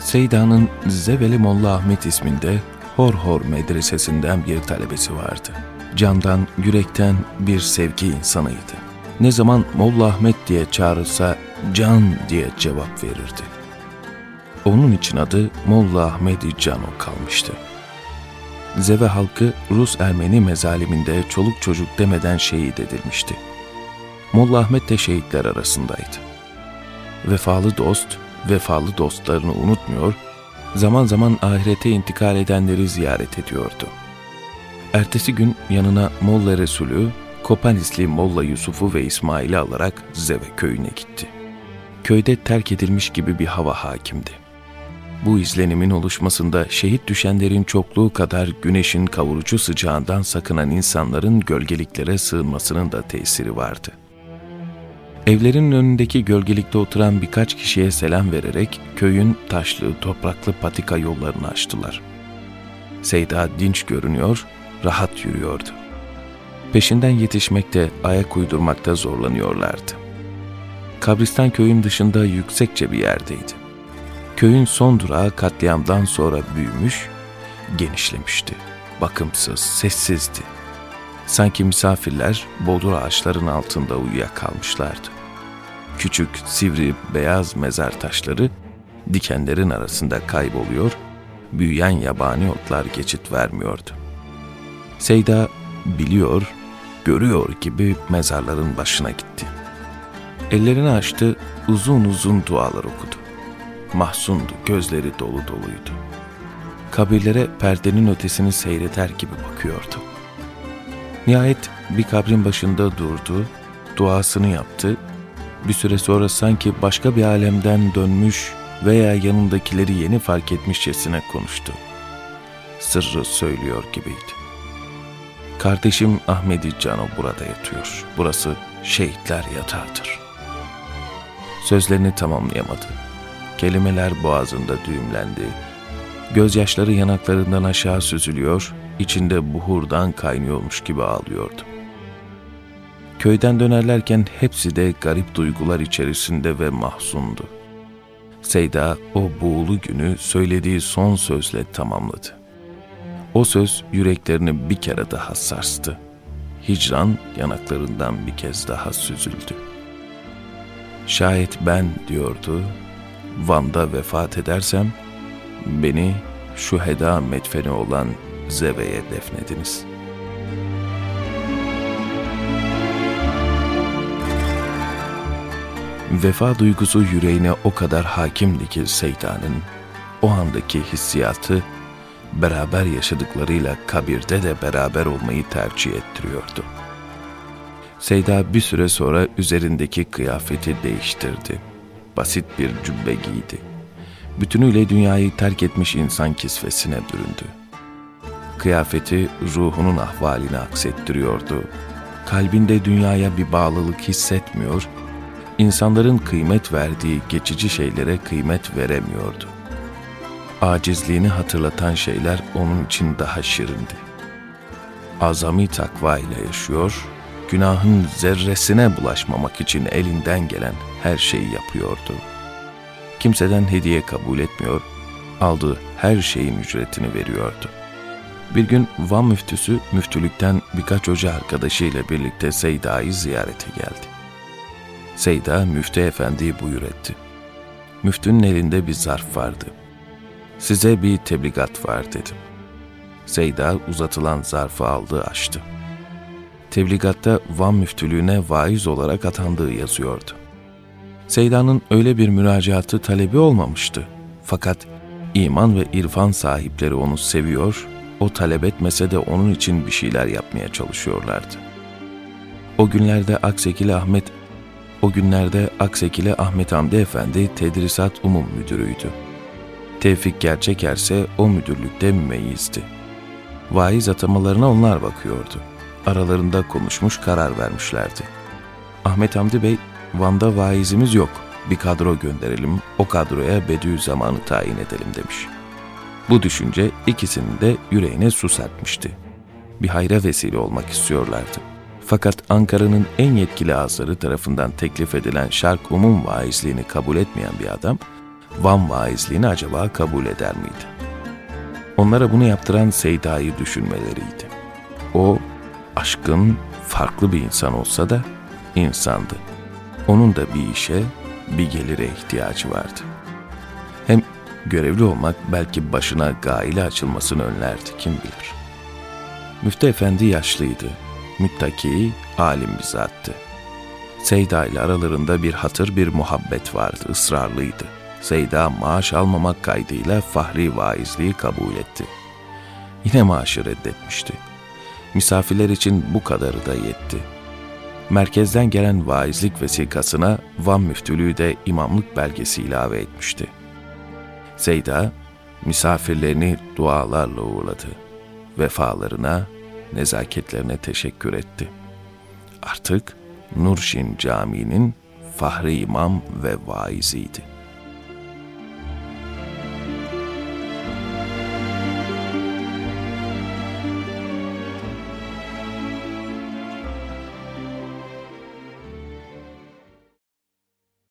Seyda'nın Zeveli Molla Ahmet isminde Horhor medresesinden bir talebesi vardı. Candan, yürekten bir sevgi insanıydı. Ne zaman Molla Ahmet diye çağrılsa Can diye cevap verirdi. Onun için adı Molla Ahmed-i Cano kalmıştı. Zeve halkı Rus-Ermeni mezaliminde çoluk çocuk demeden şehit edilmişti. Molla Ahmet de şehitler arasındaydı. Vefalı dost, vefalı dostlarını unutmuyor, zaman zaman ahirete intikal edenleri ziyaret ediyordu. Ertesi gün yanına Molla Resulü, Kopanisli Molla Yusuf'u ve İsmail'i alarak Zeve köyüne gitti. Köyde terk edilmiş gibi bir hava hakimdi. Bu izlenimin oluşmasında şehit düşenlerin çokluğu kadar güneşin kavurucu sıcağından sakınan insanların gölgeliklere sığınmasının da tesiri vardı. Evlerin önündeki gölgelikte oturan birkaç kişiye selam vererek köyün taşlı, topraklı patika yollarını açtılar. Seyda dinç görünüyor, rahat yürüyordu. Peşinden yetişmekte, ayak uydurmakta zorlanıyorlardı. Kabristan köyün dışında yüksekçe bir yerdeydi. Köyün son durağı katliamdan sonra büyümüş, genişlemişti. Bakımsız, sessizdi. Sanki misafirler bodur ağaçların altında uyuyakalmışlardı. Küçük, sivri, beyaz mezar taşları dikenlerin arasında kayboluyor, büyüyen yabani otlar geçit vermiyordu. Seyda biliyor, görüyor gibi mezarların başına gitti. Ellerini açtı, uzun uzun dualar okudu. Mahzundu, gözleri dolu doluydu. Kabirlere perdenin ötesini seyreder gibi bakıyordu. Nihayet bir kabrin başında durdu, duasını yaptı. Bir süre sonra sanki başka bir alemden dönmüş veya yanındakileri yeni fark etmişçesine konuştu. Sırrı söylüyor gibiydi. Kardeşim Ahmed-i Cano burada yatıyor. Burası şehitler yatağıdır. Sözlerini tamamlayamadı. Kelimeler boğazında düğümlendi. Gözyaşları yanaklarından aşağı süzülüyor, içinde buhurdan kaynıyormuş gibi ağlıyordu. Köyden dönerlerken hepsi de garip duygular içerisinde ve mahzundu. Seyda o buğulu günü söylediği son sözle tamamladı. O söz yüreklerini bir kere daha sarstı. Hicran yanaklarından bir kez daha süzüldü. Şayet ben, diyordu, Van'da vefat edersem, beni şüheda medfeni olan Zeve'ye defnediniz. Vefa duygusu yüreğine o kadar hakimdi ki Seyda'nın, o andaki hissiyatı, beraber yaşadıklarıyla kabirde de beraber olmayı tercih ettiriyordu. Seyda bir süre sonra üzerindeki kıyafeti değiştirdi. Basit bir cübbe giydi. Bütünüyle dünyayı terk etmiş insan kisvesine büründü. Kıyafeti ruhunun ahvalini aksettiriyordu. Kalbinde dünyaya bir bağlılık hissetmiyor, insanların kıymet verdiği geçici şeylere kıymet veremiyordu. Acizliğini hatırlatan şeyler onun için daha şirindi. Azami takva ile yaşıyor, günahın zerresine bulaşmamak için elinden gelen her şeyi yapıyordu. Kimseden hediye kabul etmiyor, aldığı her şeyin ücretini veriyordu. Bir gün Van müftüsü müftülükten birkaç hoca arkadaşıyla birlikte Seyda'yı ziyarete geldi. Seyda müftü efendiyi buyur etti. Müftünün elinde bir zarf vardı. Size bir tebligat var dedim. Seyda uzatılan zarfı aldı, açtı. Tebligatta Van müftülüğüne vaiz olarak atandığı yazıyordu. Seyda'nın öyle bir müracaatı talebi olmamıştı. Fakat iman ve irfan sahipleri onu seviyor, o talep etmese de onun için bir şeyler yapmaya çalışıyorlardı. O günlerde Aksekili Ahmet Hamdi Efendi Tedrisat Umum Müdürüydü. Tevfik Gerçeker ise o müdürlükte mümeyyizdi. Vaiz atamalarına onlar bakıyordu. Aralarında konuşmuş, karar vermişlerdi. Ahmet Hamdi Bey, Van'da vaizimiz yok, bir kadro gönderelim, o kadroya Bediüzzaman'ı tayin edelim demiş. Bu düşünce ikisinin de yüreğine su serpmişti. Bir hayra vesile olmak istiyorlardı. Fakat Ankara'nın en yetkili ağızları tarafından teklif edilen şark umum vaizliğini kabul etmeyen bir adam, Van vaizliğini acaba kabul eder miydi? Onlara bunu yaptıran Seyda'yı düşünmeleriydi. O, aşkın farklı bir insan olsa da insandı. Onun da bir işe, bir gelire ihtiyacı vardı. Hem görevli olmak belki başına gaile açılmasını önlerdi, kim bilir. Müftü Efendi yaşlıydı, müttaki, alim bir zattı. Seyda ile aralarında bir hatır, bir muhabbet vardı, ısrarlıydı. Seyda maaş almamak kaydıyla fahri vaizliği kabul etti. Yine maaşı reddetmişti. Misafirler için bu kadarı da yetti. Merkezden gelen vaizlik vesikasına Van müftülüğü de imamlık belgesi ilave etmişti. Seyda, misafirlerini dualarla uğurladı. Vefalarına, nezaketlerine teşekkür etti. Artık Nurşin Camii'nin fahri imam ve vaiziydi.